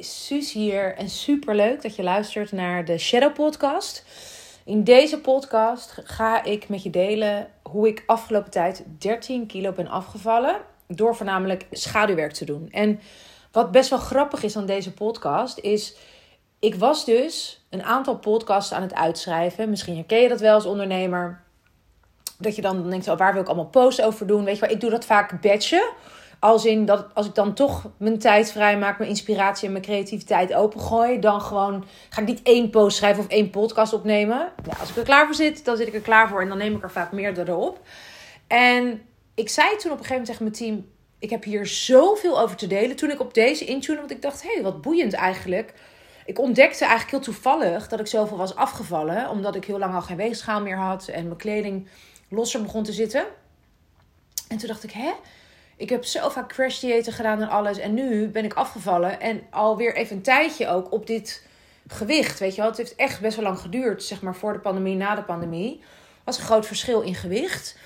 Suus hier en superleuk dat je luistert naar de Shadow Podcast. In deze podcast ga ik met je delen hoe ik afgelopen tijd 13 kilo ben afgevallen door voornamelijk schaduwwerk te doen. En wat best wel grappig is aan deze podcast is, ik was dus een aantal podcasts aan het uitschrijven. Misschien herken je dat wel als ondernemer. Dat je dan denkt, waar wil ik allemaal posts over doen? Weet je wel, ik doe dat vaak batchen. Als in dat als ik dan toch mijn tijd vrijmaak, mijn inspiratie en mijn creativiteit opengooi, dan gewoon ga ik niet 1 post schrijven of 1 podcast opnemen. Ja, als ik er klaar voor zit, dan zit ik er klaar voor en dan neem ik er vaak meerdere op. En ik zei toen op een gegeven moment tegen mijn team, ik heb hier zoveel over te delen. Toen ik op deze intune, want ik dacht, hé, wat boeiend eigenlijk. Ik ontdekte eigenlijk heel toevallig dat ik zoveel was afgevallen, omdat ik heel lang al geen weegschaal meer had en mijn kleding losser begon te zitten. En toen dacht ik, ik heb zo vaak crash diëten gedaan en alles. En nu ben ik afgevallen. En alweer even een tijdje ook op dit gewicht. Weet je wel, het heeft echt best wel lang geduurd. Zeg maar voor de pandemie, na de pandemie. Was een groot verschil in gewicht.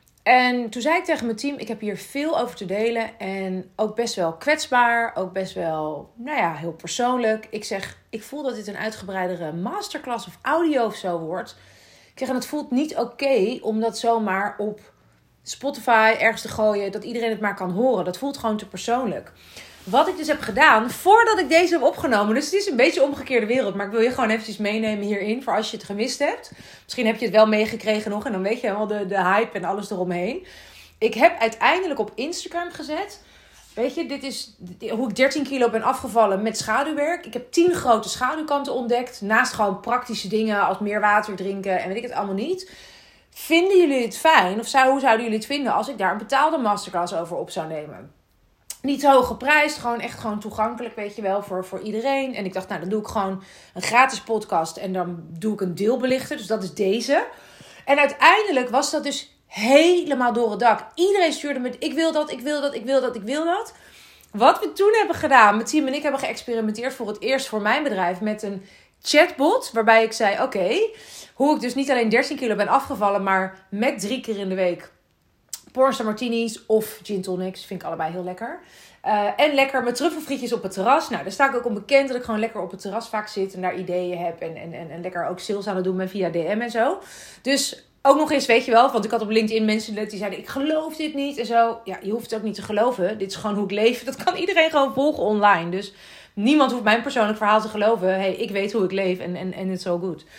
En toen zei ik tegen mijn team, ik heb hier veel over te delen. En ook best wel kwetsbaar. Ook best wel, heel persoonlijk. Ik zeg, ik voel dat dit een uitgebreidere masterclass of audio of zo wordt. Ik zeg, en het voelt niet oké om dat zomaar op Spotify ergens te gooien, dat iedereen het maar kan horen. Dat voelt gewoon te persoonlijk. Wat ik dus heb gedaan, voordat ik deze heb opgenomen, dus het is een beetje een omgekeerde wereld, maar ik wil je gewoon eventjes meenemen hierin, voor als je het gemist hebt. Misschien heb je het wel meegekregen nog en dan weet je helemaal de hype en alles eromheen. Ik heb uiteindelijk op Instagram gezet, weet je, dit is hoe ik 13 kilo ben afgevallen met schaduwwerk. Ik heb 10 grote schaduwkanten ontdekt, naast gewoon praktische dingen als meer water drinken en weet ik het allemaal niet. Vinden jullie het fijn? Of hoe zouden jullie het vinden als ik daar een betaalde masterclass over op zou nemen? Niet zo hoog geprijsd, gewoon echt gewoon toegankelijk, weet je wel, voor iedereen. En ik dacht, dan doe ik gewoon een gratis podcast en dan doe ik een deelbelichter. Dus dat is deze. En uiteindelijk was dat dus helemaal door het dak. Iedereen stuurde me, ik wil dat, ik wil dat, ik wil dat, ik wil dat. Wat we toen hebben gedaan, mijn team en ik hebben geëxperimenteerd voor het eerst voor mijn bedrijf met een chatbot. Waarbij ik zei, hoe ik dus niet alleen 13 kilo ben afgevallen, maar met 3 keer in de week pornstar martinis of gin tonics. Vind ik allebei heel lekker. En lekker met truffelfrietjes op het terras. Nou, daar sta ik ook onbekend dat ik gewoon lekker op het terras vaak zit en daar ideeën heb. En lekker ook sales aan het doen ben via DM en zo. Dus ook nog eens, weet je wel, want ik had op LinkedIn mensen die zeiden, ik geloof dit niet en zo. Ja, je hoeft het ook niet te geloven. Dit is gewoon hoe ik leef. Dat kan iedereen gewoon volgen online. Dus niemand hoeft mijn persoonlijk verhaal te geloven. Ik weet hoe ik leef en it's so good.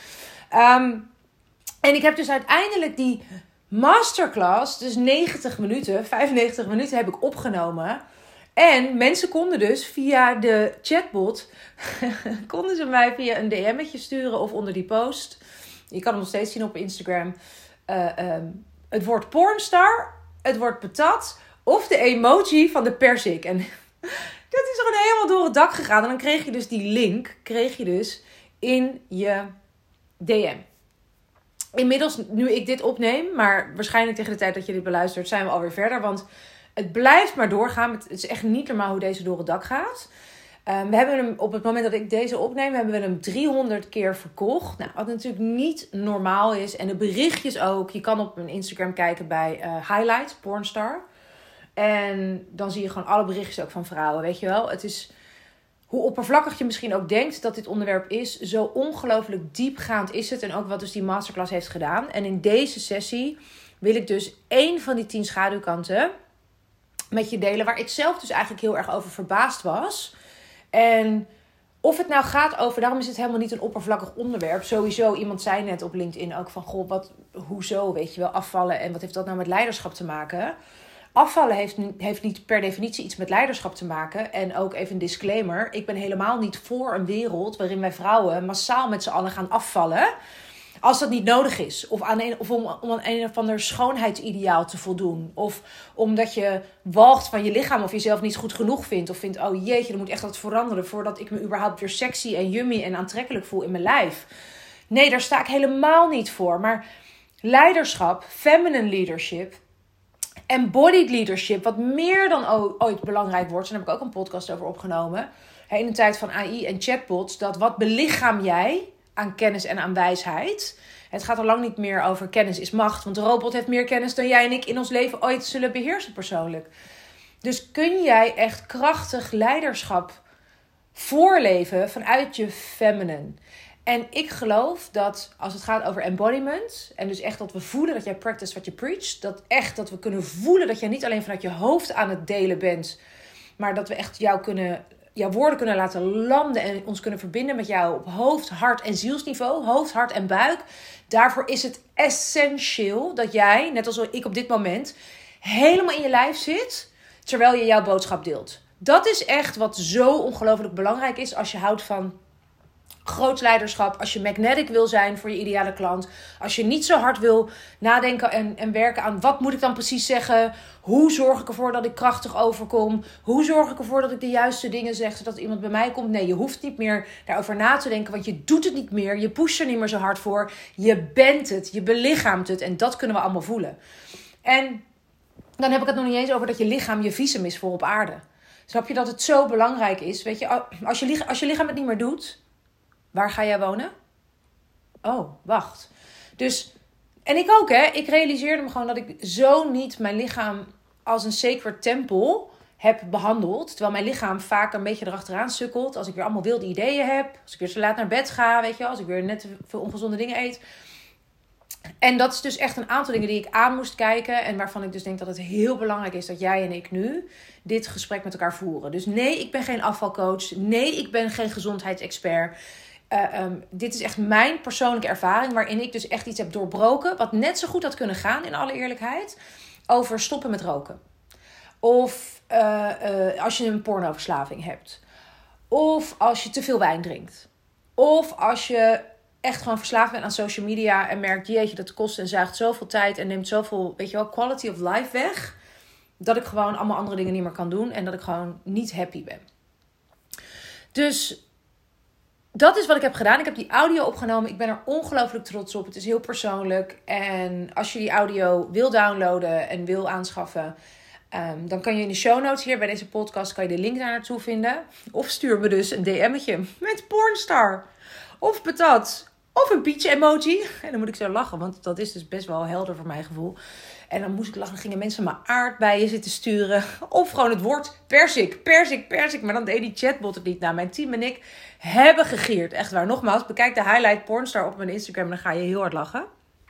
En ik heb dus uiteindelijk die masterclass, dus 95 minuten heb ik opgenomen. En mensen konden dus via de chatbot, konden ze mij via een DM'tje sturen of onder die post. Je kan hem nog steeds zien op Instagram. Het woord pornstar, het woord patat of de emoji van de persik. En dat is gewoon helemaal door het dak gegaan. En dan kreeg je dus die link, in je DM. Inmiddels, nu ik dit opneem, maar waarschijnlijk tegen de tijd dat je dit beluistert, zijn we alweer verder. Want het blijft maar doorgaan. Het is echt niet normaal hoe deze door het dak gaat. We hebben hem, op het moment dat ik deze opneem, hebben we hem 300 keer verkocht. Nou, wat natuurlijk niet normaal is. En de berichtjes ook. Je kan op mijn Instagram kijken bij Highlights, Pornstar. En dan zie je gewoon alle berichtjes ook van vrouwen, weet je wel. Het is, hoe oppervlakkig je misschien ook denkt dat dit onderwerp is, zo ongelooflijk diepgaand is het. En ook wat dus die masterclass heeft gedaan. En in deze sessie wil ik dus 1 van die 10 schaduwkanten met je delen, waar ik zelf dus eigenlijk heel erg over verbaasd was. En of het nou gaat over, daarom is het helemaal niet een oppervlakkig onderwerp. Sowieso, iemand zei net op LinkedIn ook van, hoezo, weet je wel, afvallen en wat heeft dat nou met leiderschap te maken? Afvallen heeft niet per definitie iets met leiderschap te maken. En ook even een disclaimer, ik ben helemaal niet voor een wereld waarin wij vrouwen massaal met z'n allen gaan afvallen, als dat niet nodig is. Of om aan een of ander schoonheidsideaal te voldoen. Of omdat je walgt van je lichaam of jezelf niet goed genoeg vindt. Of vindt, oh jeetje, er moet echt wat veranderen voordat ik me überhaupt weer sexy en yummy en aantrekkelijk voel in mijn lijf. Nee, daar sta ik helemaal niet voor. Maar leiderschap, feminine leadership, embodied leadership, wat meer dan ooit belangrijk wordt. Daar heb ik ook een podcast over opgenomen. In een tijd van AI en chatbots. Dat wat belichaam jij aan kennis en aan wijsheid. Het gaat al lang niet meer over kennis is macht. Want de robot heeft meer kennis dan jij en ik in ons leven ooit zullen beheersen persoonlijk. Dus kun jij echt krachtig leiderschap voorleven vanuit je feminine. En ik geloof dat als het gaat over embodiment, en dus echt dat we voelen dat jij practice what you preach, dat we kunnen voelen dat jij niet alleen vanuit je hoofd aan het delen bent, maar dat we echt jouw woorden kunnen laten landen en ons kunnen verbinden met jou op hoofd, hart en zielsniveau, hoofd, hart en buik. Daarvoor is het essentieel dat jij, net als ik op dit moment, helemaal in je lijf zit terwijl je jouw boodschap deelt. Dat is echt wat zo ongelooflijk belangrijk is als je houdt van groots leiderschap, als je magnetic wil zijn voor je ideale klant, als je niet zo hard wil nadenken en werken aan wat moet ik dan precies zeggen, hoe zorg ik ervoor dat ik krachtig overkom, hoe zorg ik ervoor dat ik de juiste dingen zeg zodat iemand bij mij komt. Nee, je hoeft niet meer daarover na te denken, want je doet het niet meer, je pusht er niet meer zo hard voor, je bent het, je belichaamt het en dat kunnen we allemaal voelen. En dan heb ik het nog niet eens over dat je lichaam je visum is voor op aarde. Snap je dat het zo belangrijk is? Weet je, als je lichaam het niet meer doet, waar ga jij wonen? Oh, wacht. Dus, en ik ook hè. Ik realiseerde me gewoon dat ik zo niet mijn lichaam als een sacred tempel heb behandeld. Terwijl mijn lichaam vaak een beetje erachteraan sukkelt. Als ik weer allemaal wilde ideeën heb. Als ik weer te laat naar bed ga, weet je wel. Als ik weer net te veel ongezonde dingen eet. En dat is dus echt een aantal dingen die ik aan moest kijken. En waarvan ik dus denk dat het heel belangrijk is dat jij en ik nu dit gesprek met elkaar voeren. Dus nee, ik ben geen afvalcoach. Nee, ik ben geen gezondheidsexpert. Dit is echt mijn persoonlijke ervaring, waarin ik dus echt iets heb doorbroken, wat net zo goed had kunnen gaan, in alle eerlijkheid, over stoppen met roken. Of als je een pornoverslaving hebt. Of als je te veel wijn drinkt. Of als je echt gewoon verslaafd bent aan social media en merkt, jeetje, dat kost en zuigt zoveel tijd en neemt zoveel, weet je wel, quality of life weg, dat ik gewoon allemaal andere dingen niet meer kan doen en dat ik gewoon niet happy ben. Dus dat is wat ik heb gedaan. Ik heb die audio opgenomen. Ik ben er ongelooflijk trots op. Het is heel persoonlijk. En als je die audio wil downloaden en wil aanschaffen, dan kan je in de show notes hier bij deze podcast kan je de link daar naartoe vinden. Of stuur me dus een DM'tje met pornstar. Of patat. Of een peach emoji. En dan moet ik zo lachen, want dat is dus best wel helder voor mijn gevoel. En dan moest ik lachen, dan gingen mensen maar aardbeien zitten sturen. Of gewoon het woord persik, persik, persik. Maar dan deed die chatbot het niet. Nou, mijn team en ik hebben gegierd. Echt waar. Nogmaals, bekijk de highlight pornstar op mijn Instagram en dan ga je heel hard lachen.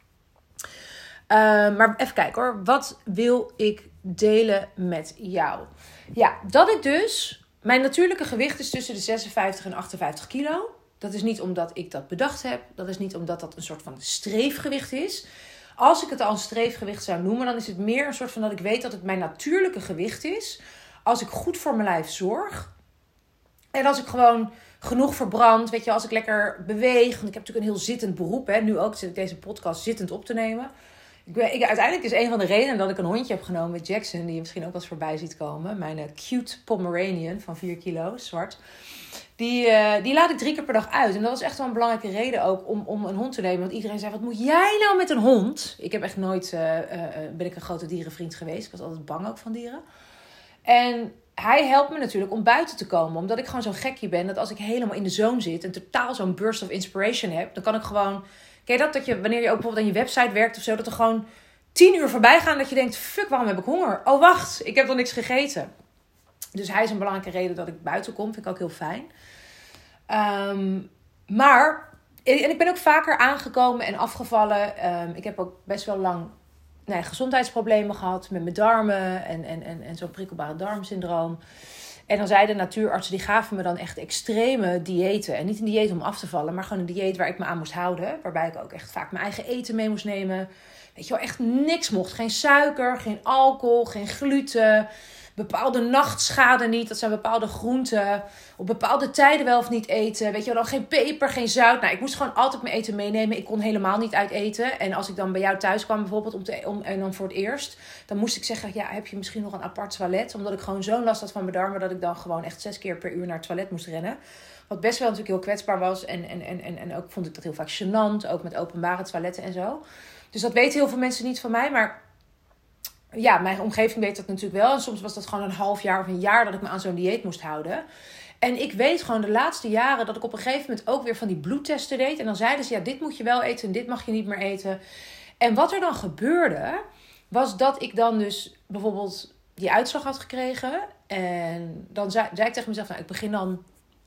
Maar even kijken hoor. Wat wil ik delen met jou? Ja, dat ik dus... Mijn natuurlijke gewicht is tussen de 56 en 58 kilo. Dat is niet omdat ik dat bedacht heb. Dat is niet omdat dat een soort van streefgewicht is. Als ik het al een streefgewicht zou noemen, dan is het meer een soort van dat ik weet dat het mijn natuurlijke gewicht is. Als ik goed voor mijn lijf zorg. En als ik gewoon genoeg verbrand, weet je, als ik lekker beweeg. Want ik heb natuurlijk een heel zittend beroep. Hè. Nu ook zit ik deze podcast zittend op te nemen. Uiteindelijk is een van de redenen dat ik een hondje heb genomen met Jackson. Die je misschien ook wel eens voorbij ziet komen. Mijn cute Pomeranian van 4 kilo, zwart. Die laat ik 3 keer per dag uit. En dat was echt wel een belangrijke reden ook om een hond te nemen. Want iedereen zei, wat moet jij nou met een hond? Ik heb echt nooit, ben ik een grote dierenvriend geweest. Ik was altijd bang ook van dieren. En hij helpt me natuurlijk om buiten te komen. Omdat ik gewoon zo'n gekje ben. Dat als ik helemaal in de zone zit en totaal zo'n burst of inspiration heb. Dan kan ik gewoon... Ken je dat je, wanneer je ook bijvoorbeeld aan je website werkt of zo. Dat er gewoon 10 uur voorbij gaan dat je denkt, fuck, waarom heb ik honger? Oh, wacht, ik heb nog niks gegeten. Dus hij is een belangrijke reden dat ik buiten kom. Vind ik ook heel fijn. Maar, en ik ben ook vaker aangekomen en afgevallen. Ik heb ook best wel lang gezondheidsproblemen gehad met mijn darmen en zo'n prikkelbare darmsyndroom. En dan zeiden de natuurartsen, die gaven me dan echt extreme diëten. En niet een dieet om af te vallen, maar gewoon een dieet waar ik me aan moest houden. Waarbij ik ook echt vaak mijn eigen eten mee moest nemen. Weet je wel, echt niks mocht. Geen suiker, geen alcohol, geen gluten. Bepaalde nachtschade niet. Dat zijn bepaalde groenten. Op bepaalde tijden wel of niet eten. Weet je wel, dan geen peper, geen zout. Nou, ik moest gewoon altijd mijn eten meenemen. Ik kon helemaal niet uit eten. En als ik dan bij jou thuis kwam bijvoorbeeld en dan voor het eerst. Dan moest ik zeggen, ja, heb je misschien nog een apart toilet? Omdat ik gewoon zo'n last had van mijn darmen. Dat ik dan gewoon echt 6 keer per uur naar het toilet moest rennen. Wat best wel natuurlijk heel kwetsbaar was. En ook vond ik dat heel vaak gênant. Ook met openbare toiletten en zo. Dus dat weten heel veel mensen niet van mij. Maar ja, mijn omgeving weet dat natuurlijk wel. En soms was dat gewoon een half jaar of een jaar dat ik me aan zo'n dieet moest houden. En ik weet gewoon de laatste jaren dat ik op een gegeven moment ook weer van die bloedtesten deed. En dan zeiden ze, ja, dit moet je wel eten en dit mag je niet meer eten. En wat er dan gebeurde, was dat ik dan dus bijvoorbeeld die uitslag had gekregen. En dan zei ik tegen mezelf, nou, ik begin dan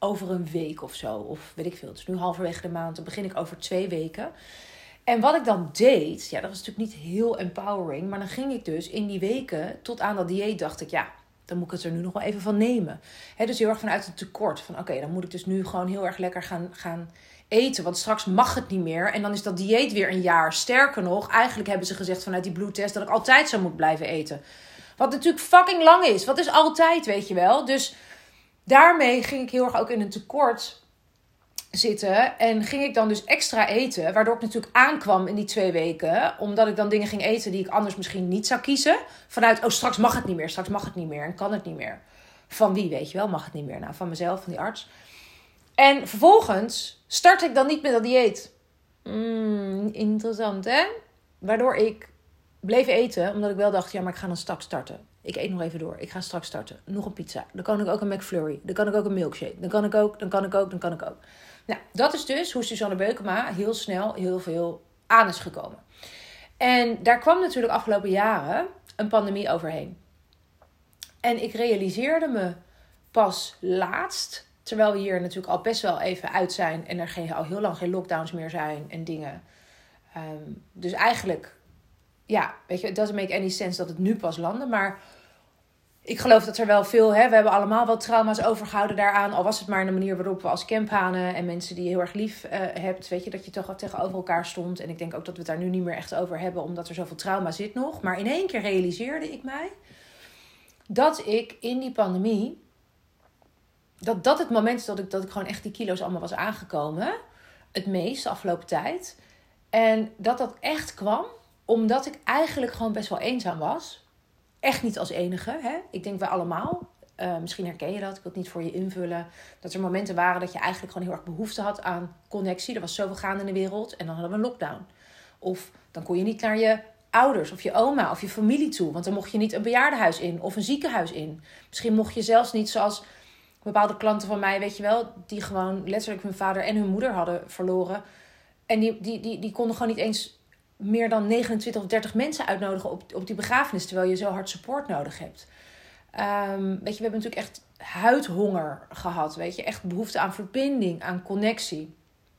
over een week of zo. Of weet ik veel. Het is nu halverwege de maand. Dan begin ik over 2 weken. En wat ik dan deed, ja, dat was natuurlijk niet heel empowering. Maar dan ging ik dus in die weken tot aan dat dieet, dacht ik, ja, dan moet ik het er nu nog wel even van nemen. Dus heel erg vanuit het tekort. Van oké, dan moet ik dus nu gewoon heel erg lekker gaan eten. Want straks mag het niet meer. En dan is dat dieet weer een jaar. Sterker nog, eigenlijk hebben ze gezegd vanuit die bloedtest dat ik altijd zo moet blijven eten. Wat natuurlijk fucking lang is. Wat is altijd, weet je wel. Dus daarmee ging ik heel erg ook in een tekort zitten. En ging ik dan dus extra eten. Waardoor ik natuurlijk aankwam in die 2 weken. Omdat ik dan dingen ging eten die ik anders misschien niet zou kiezen. Vanuit, straks mag het niet meer. Straks mag het niet meer. En kan het niet meer. Van wie, weet je wel? Mag het niet meer? Nou, van mezelf, van die arts. En vervolgens start ik dan niet met dat dieet. Interessant, hè? Waardoor ik bleef eten. Omdat ik wel dacht, ja, maar ik ga dan straks starten. Ik eet nog even door. Ik ga straks starten. Nog een pizza. Dan kan ik ook een McFlurry. Dan kan ik ook een milkshake. Dan kan ik ook. Nou, dat is dus hoe Suzanne Beukema heel snel heel veel aan is gekomen. En daar kwam natuurlijk afgelopen jaren een pandemie overheen. En ik realiseerde me pas laatst, terwijl we hier natuurlijk al best wel even uit zijn en er al heel lang geen lockdowns meer zijn en dingen. Dus eigenlijk, ja, weet je, it doesn't make any sense dat het nu pas landde. Maar ik geloof dat er wel veel, we hebben allemaal wat trauma's overgehouden daaraan. Al was het maar in de manier waarop we als camphanen en mensen die je heel erg lief hebt, weet je, dat je toch al tegenover elkaar stond. En ik denk ook dat we het daar nu niet meer echt over hebben, omdat er zoveel trauma zit nog. Maar in één keer realiseerde ik mij dat ik in die pandemie, dat het moment is dat ik gewoon echt die kilo's allemaal was aangekomen. Het meest de afgelopen tijd. En dat echt kwam omdat ik eigenlijk gewoon best wel eenzaam was. Echt niet als enige. Hè? Ik denk wij allemaal. Misschien herken je dat. Ik wil het niet voor je invullen. Dat er momenten waren dat je eigenlijk gewoon heel erg behoefte had aan connectie. Er was zoveel gaande in de wereld. En dan hadden we een lockdown. Of dan kon je niet naar je ouders of je oma of je familie toe. Want dan mocht je niet een bejaardenhuis in of een ziekenhuis in. Misschien mocht je zelfs niet, zoals bepaalde klanten van mij, weet je wel, die gewoon letterlijk hun vader en hun moeder hadden verloren. En die konden gewoon niet eens meer dan 29 of 30 mensen uitnodigen op die begrafenis, terwijl je zo hard support nodig hebt. Weet je, we hebben natuurlijk echt huidhonger gehad, weet je. Echt behoefte aan verbinding, aan connectie.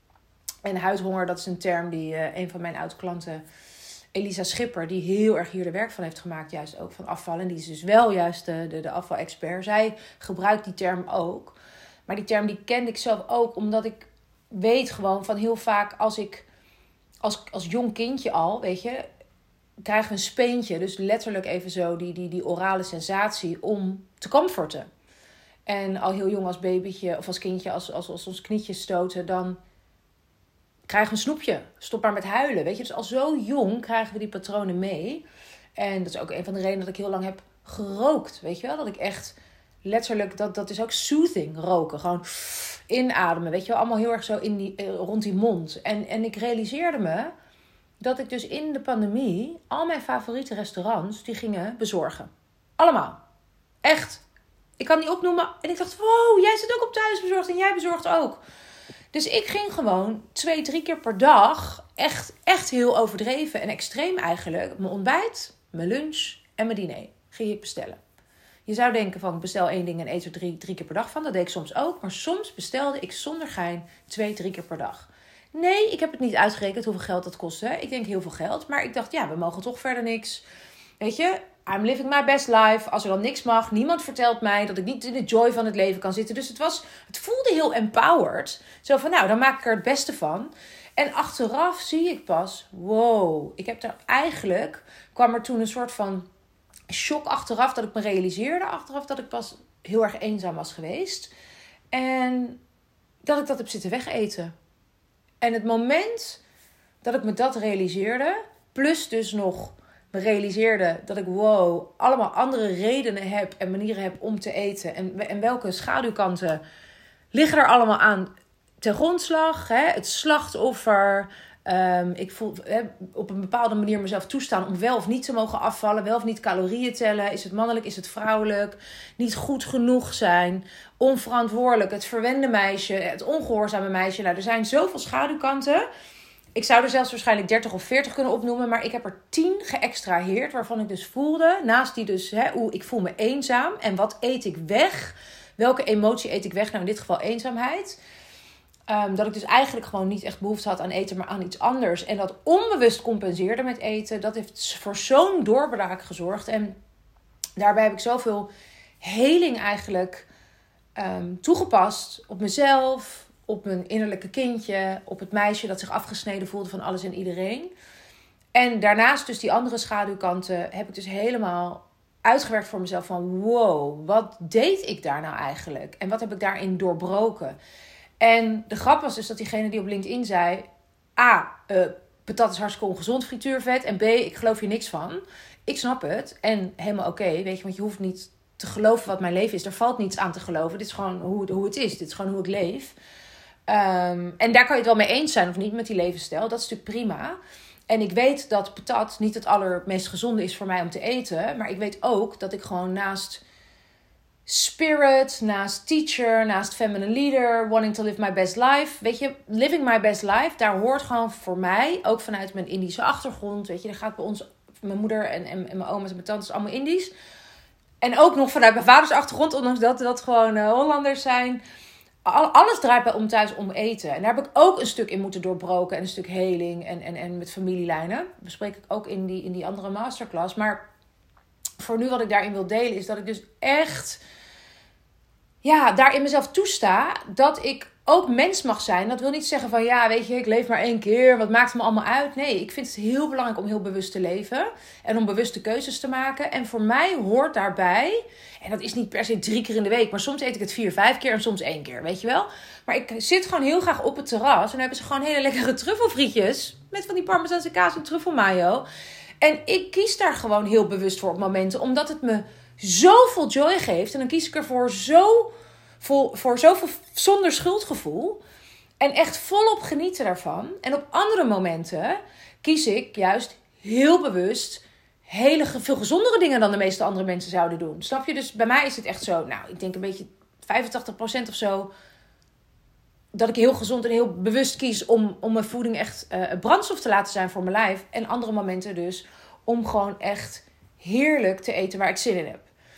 En huidhonger, dat is een term die een van mijn oud-klanten, Elisa Schipper, die heel erg hier de werk van heeft gemaakt, juist ook van afvallen. En die is dus wel juist de afvalexpert. Zij gebruikt die term ook. Maar die term die kende ik zelf ook, omdat ik weet gewoon van heel vaak als ik als jong kindje al, weet je, krijgen we een speentje. Dus letterlijk even zo die orale sensatie om te comforten. En al heel jong als babytje of als kindje, als ons knietjes stoten, dan krijgen we een snoepje. Stop maar met huilen, weet je. Dus al zo jong krijgen we die patronen mee. En dat is ook een van de redenen dat ik heel lang heb gerookt, weet je wel. Dat ik echt letterlijk, dat is ook soothing, roken. Gewoon inademen, weet je wel. Allemaal heel erg zo rond die mond. En ik realiseerde me dat ik dus in de pandemie al mijn favoriete restaurants, die gingen bezorgen. Allemaal. Echt. Ik kan niet opnoemen. En ik dacht, wow, jij zit ook op thuisbezorgd en jij bezorgt ook. Dus ik ging gewoon 2-3 keer per dag, echt heel overdreven en extreem eigenlijk, mijn ontbijt, mijn lunch en mijn diner ging ik bestellen. Je zou denken van, ik bestel 1 ding en eet er 3 keer per dag van. Dat deed ik soms ook. Maar soms bestelde ik zonder gein 2-3 keer per dag. Nee, ik heb het niet uitgerekend hoeveel geld dat kostte. Ik denk heel veel geld. Maar ik dacht, ja, we mogen toch verder niks. Weet je, I'm living my best life. Als er dan niks mag, niemand vertelt mij dat ik niet in de joy van het leven kan zitten. Dus het voelde heel empowered. Zo van, nou, dan maak ik er het beste van. En achteraf zie ik pas, wow, kwam er toen een soort van shock achteraf, dat ik me realiseerde achteraf dat ik pas heel erg eenzaam was geweest. En dat ik dat heb zitten wegeten. En het moment dat ik me dat realiseerde, plus dus nog me realiseerde dat ik allemaal andere redenen heb en manieren heb om te eten. En welke schaduwkanten liggen er allemaal aan ten grondslag. Hè? Het slachtoffer. Ik voel op een bepaalde manier mezelf toestaan om wel of niet te mogen afvallen. Wel of niet calorieën tellen. Is het mannelijk, is het vrouwelijk? Niet goed genoeg zijn. Onverantwoordelijk. Het verwende meisje. Het ongehoorzame meisje. Nou, er zijn zoveel schaduwkanten. Ik zou er zelfs waarschijnlijk 30 of 40 kunnen opnoemen. Maar ik heb er 10 geëxtraheerd. Waarvan ik dus voelde, naast die dus, ik voel me eenzaam. En wat eet ik weg? welke emotie eet ik weg? Nou, in dit geval eenzaamheid. Dat ik dus eigenlijk gewoon niet echt behoefte had aan eten, maar aan iets anders. En dat onbewust compenseerde met eten. Dat heeft voor zo'n doorbraak gezorgd. En daarbij heb ik zoveel heling eigenlijk toegepast op mezelf, op mijn innerlijke kindje, op het meisje dat zich afgesneden voelde van alles en iedereen. En daarnaast dus die andere schaduwkanten heb ik dus helemaal uitgewerkt voor mezelf van wow, wat deed ik daar nou eigenlijk? En wat heb ik daarin doorbroken? En de grap was dus dat diegene die op LinkedIn zei, patat is hartstikke ongezond, frituurvet. En B, ik geloof hier niks van. Ik snap het. En helemaal oké, weet je, want je hoeft niet te geloven wat mijn leven is. Er valt niets aan te geloven. Dit is gewoon hoe het is. Dit is gewoon hoe ik leef. En daar kan je het wel mee eens zijn of niet met die levensstijl. Dat is natuurlijk prima. En ik weet dat patat niet het allermeest gezonde is voor mij om te eten. Maar ik weet ook dat ik gewoon naast spirit, naast teacher, naast feminine leader, wanting to live my best life. Weet je, living my best life, daar hoort gewoon voor mij, ook vanuit mijn Indische achtergrond. Weet je, er gaat bij ons, mijn moeder en mijn oma's en mijn tantes allemaal Indisch. En ook nog vanuit mijn vaders achtergrond, ondanks dat dat gewoon Hollanders zijn. Alles draait bij om thuis om eten. En daar heb ik ook een stuk in moeten doorbroken. En een stuk heling en met familielijnen. Dat bespreek ik ook in die andere masterclass. Maar voor nu wat ik daarin wil delen is dat ik dus echt daarin mezelf toesta dat ik ook mens mag zijn. Dat wil niet zeggen van weet je, ik leef maar 1 keer. Wat maakt het me allemaal uit? Nee, ik vind het heel belangrijk om heel bewust te leven. En om bewuste keuzes te maken. En voor mij hoort daarbij, en dat is niet per se 3 keer in de week. Maar soms eet ik het 4, 5 keer en soms 1 keer, weet je wel. Maar ik zit gewoon heel graag op het terras. En dan hebben ze gewoon hele lekkere truffelfrietjes. Met van die parmezaanse kaas en truffelmayo. En ik kies daar gewoon heel bewust voor op momenten. Omdat het me zoveel joy geeft. En dan kies ik ervoor voor zoveel zonder schuldgevoel. En echt volop genieten daarvan. En op andere momenten kies ik juist heel bewust veel gezondere dingen dan de meeste andere mensen zouden doen. Snap je? Dus bij mij is het echt zo, ik denk een beetje 85% of zo, dat ik heel gezond en heel bewust kies om mijn voeding echt brandstof te laten zijn voor mijn lijf. En andere momenten dus om gewoon echt heerlijk te eten waar ik zin in heb.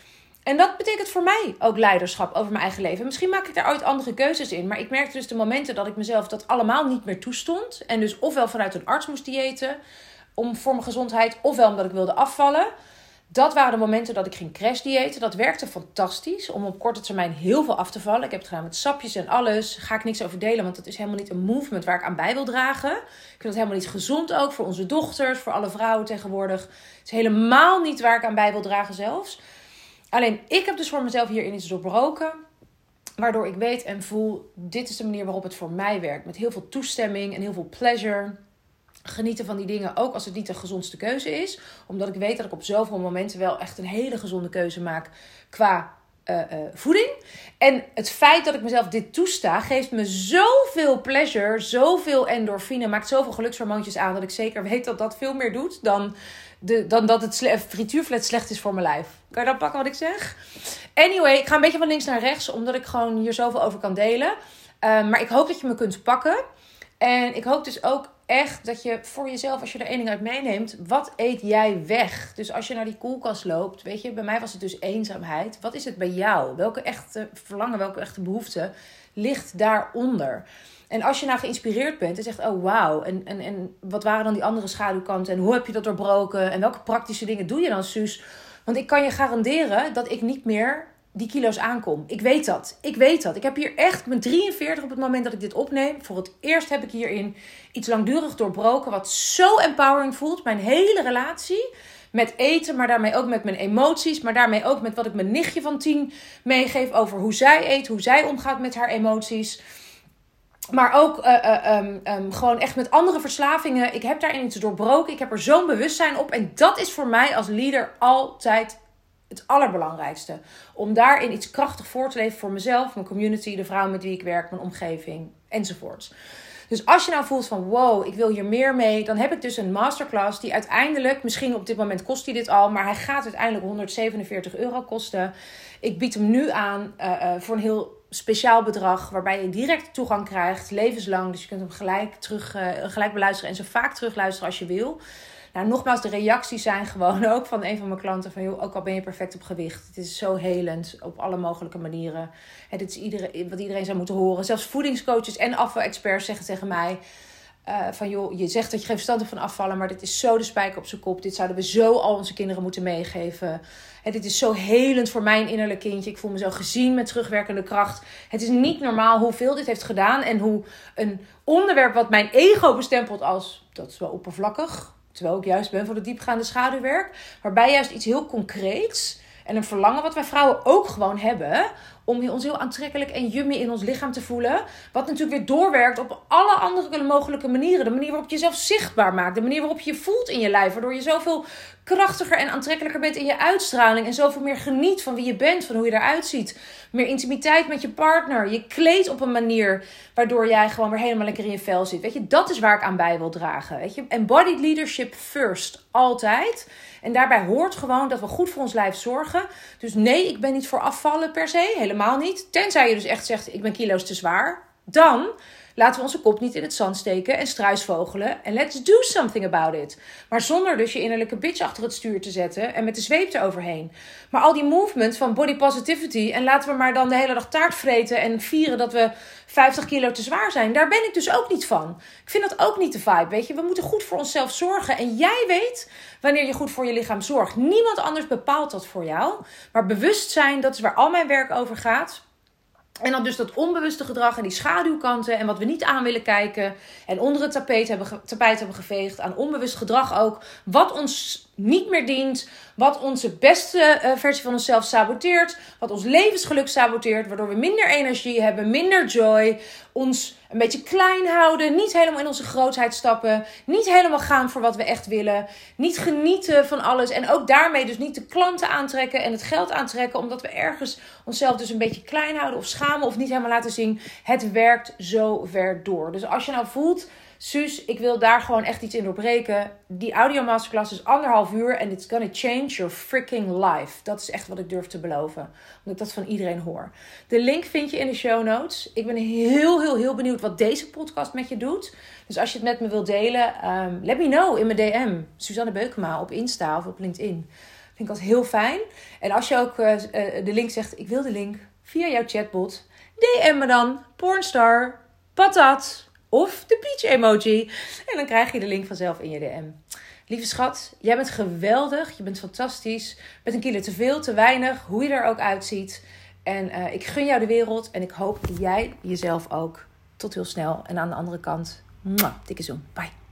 En dat betekent voor mij ook leiderschap over mijn eigen leven. Misschien maak ik daar ooit andere keuzes in. Maar ik merkte dus de momenten dat ik mezelf dat allemaal niet meer toestond. En dus ofwel vanuit een arts moest diëten voor mijn gezondheid. Ofwel omdat ik wilde afvallen. Dat waren de momenten dat ik ging crashdiëten. Dat werkte fantastisch. Om op korte termijn heel veel af te vallen. Ik heb het gedaan met sapjes en alles. Daar ga ik niks over delen. Want dat is helemaal niet een movement waar ik aan bij wil dragen. Ik vind het helemaal niet gezond ook. Voor onze dochters. Voor alle vrouwen tegenwoordig. Het is helemaal niet waar ik aan bij wil dragen zelfs. Alleen, ik heb dus voor mezelf hierin iets doorbroken. Waardoor ik weet en voel, dit is de manier waarop het voor mij werkt. Met heel veel toestemming en heel veel pleasure. Genieten van die dingen, ook als het niet de gezondste keuze is. Omdat ik weet dat ik op zoveel momenten wel echt een hele gezonde keuze maak qua voeding. En het feit dat ik mezelf dit toesta, geeft me zoveel pleasure, zoveel endorfine, maakt zoveel gelukshormoontjes aan, dat ik zeker weet dat dat veel meer doet dan dat het frituurvet slecht is voor mijn lijf. Kan je dat pakken wat ik zeg? Anyway, ik ga een beetje van links naar rechts, omdat ik gewoon hier zoveel over kan delen. Maar ik hoop dat je me kunt pakken. En ik hoop dus ook echt dat je voor jezelf, als je er één ding uit meeneemt, wat eet jij weg? Dus als je naar die koelkast loopt, weet je, bij mij was het dus eenzaamheid. Wat is het bij jou? Welke echte verlangen, welke echte behoefte ligt daaronder? En als je nou geïnspireerd bent en zegt, oh wauw, en wat waren dan die andere schaduwkanten? En hoe heb je dat doorbroken? En welke praktische dingen doe je dan, Suus? Want ik kan je garanderen dat ik niet meer die kilo's aankom. Ik weet dat. Ik heb hier echt, ik ben 43 op het moment dat ik dit opneem. Voor het eerst heb ik hierin iets langdurig doorbroken, wat zo empowering voelt. Mijn hele relatie met eten, maar daarmee ook met mijn emoties. Maar daarmee ook met wat ik mijn nichtje van 10 meegeef over hoe zij eet, hoe zij omgaat met haar emoties. Maar ook gewoon echt met andere verslavingen. Ik heb daarin iets doorbroken. Ik heb er zo'n bewustzijn op. En dat is voor mij als leader altijd het allerbelangrijkste. Om daarin iets krachtig voor te leven voor mezelf, mijn community, de vrouwen met wie ik werk, mijn omgeving enzovoorts. Dus als je nou voelt van wow, ik wil hier meer mee, dan heb ik dus een masterclass die uiteindelijk, misschien op dit moment kost hij dit al, maar hij gaat uiteindelijk €147 kosten. Ik bied hem nu aan voor een heel speciaal bedrag, waarbij je direct toegang krijgt, levenslang. Dus je kunt hem gelijk beluisteren en zo vaak terugluisteren als je wil. Nou, nogmaals, de reacties zijn gewoon ook van een van mijn klanten van, joh, ook al ben je perfect op gewicht, het is zo helend op alle mogelijke manieren. En dit is wat iedereen zou moeten horen. Zelfs voedingscoaches en afvalexperts zeggen tegen mij van, joh, je zegt dat je geen verstand hebt van afvallen, maar dit is zo de spijker op zijn kop. Dit zouden we zo al onze kinderen moeten meegeven. En dit is zo helend voor mijn innerlijk kindje. Ik voel me zo gezien met terugwerkende kracht. Het is niet normaal hoeveel dit heeft gedaan en hoe een onderwerp wat mijn ego bestempelt als, dat is wel oppervlakkig, terwijl ik juist ben voor de diepgaande schaduwwerk, waarbij juist iets heel concreets en een verlangen wat wij vrouwen ook gewoon hebben, om ons heel aantrekkelijk en yummy in ons lichaam te voelen. Wat natuurlijk weer doorwerkt op alle andere mogelijke manieren. De manier waarop je jezelf zichtbaar maakt. De manier waarop je je voelt in je lijf. Waardoor je zoveel krachtiger en aantrekkelijker bent in je uitstraling. En zoveel meer geniet van wie je bent. Van hoe je eruit ziet. Meer intimiteit met je partner. Je kleedt op een manier waardoor jij gewoon weer helemaal lekker in je vel zit. Weet je, dat is waar ik aan bij wil dragen. Weet je, embodied leadership first. Altijd. En daarbij hoort gewoon dat we goed voor ons lijf zorgen. Dus nee, ik ben niet voor afvallen per se. Helemaal niet. Tenzij je dus echt zegt, ik ben kilo's te zwaar. Dan laten we onze kop niet in het zand steken en struisvogelen. En let's do something about it. Maar zonder dus je innerlijke bitch achter het stuur te zetten en met de zweep eroverheen. Maar al die movement van body positivity en laten we maar dan de hele dag taart vreten en vieren dat we 50 kilo te zwaar zijn. Daar ben ik dus ook niet van. Ik vind dat ook niet de vibe, weet je. We moeten goed voor onszelf zorgen. En jij weet wanneer je goed voor je lichaam zorgt. Niemand anders bepaalt dat voor jou. Maar bewustzijn, dat is waar al mijn werk over gaat. En dan dus dat onbewuste gedrag en die schaduwkanten en wat we niet aan willen kijken. En onder het tapijt hebben geveegd aan onbewust gedrag ook. Wat ons niet meer dient. Wat onze beste versie van onszelf saboteert. Wat ons levensgeluk saboteert. Waardoor we minder energie hebben, minder joy. Ons een beetje klein houden. Niet helemaal in onze grootheid stappen. Niet helemaal gaan voor wat we echt willen. Niet genieten van alles. En ook daarmee dus niet de klanten aantrekken en het geld aantrekken. Omdat we ergens onszelf dus een beetje klein houden of schamen of niet helemaal laten zien. Het werkt zo ver door. Dus als je nou voelt, Suus, ik wil daar gewoon echt iets in doorbreken. Die audio masterclass is 1,5 uur en it's gonna change your freaking life. Dat is echt wat ik durf te beloven. Omdat ik dat van iedereen hoor. De link vind je in de show notes. Ik ben heel benieuwd wat deze podcast met je doet. Dus als je het met me wilt delen, let me know in mijn DM. Suzanne Beukema op Insta of op LinkedIn. Vind ik altijd heel fijn. En als je ook de link zegt, ik wil de link via jouw chatbot. DM me dan, pornstar, patat of de peach emoji. En dan krijg je de link vanzelf in je DM. Lieve schat, jij bent geweldig. Je bent fantastisch. Met een kilo te veel, te weinig. Hoe je er ook uitziet. En ik gun jou de wereld. En ik hoop jij jezelf ook. Tot heel snel. En aan de andere kant, dikke zoen. Bye.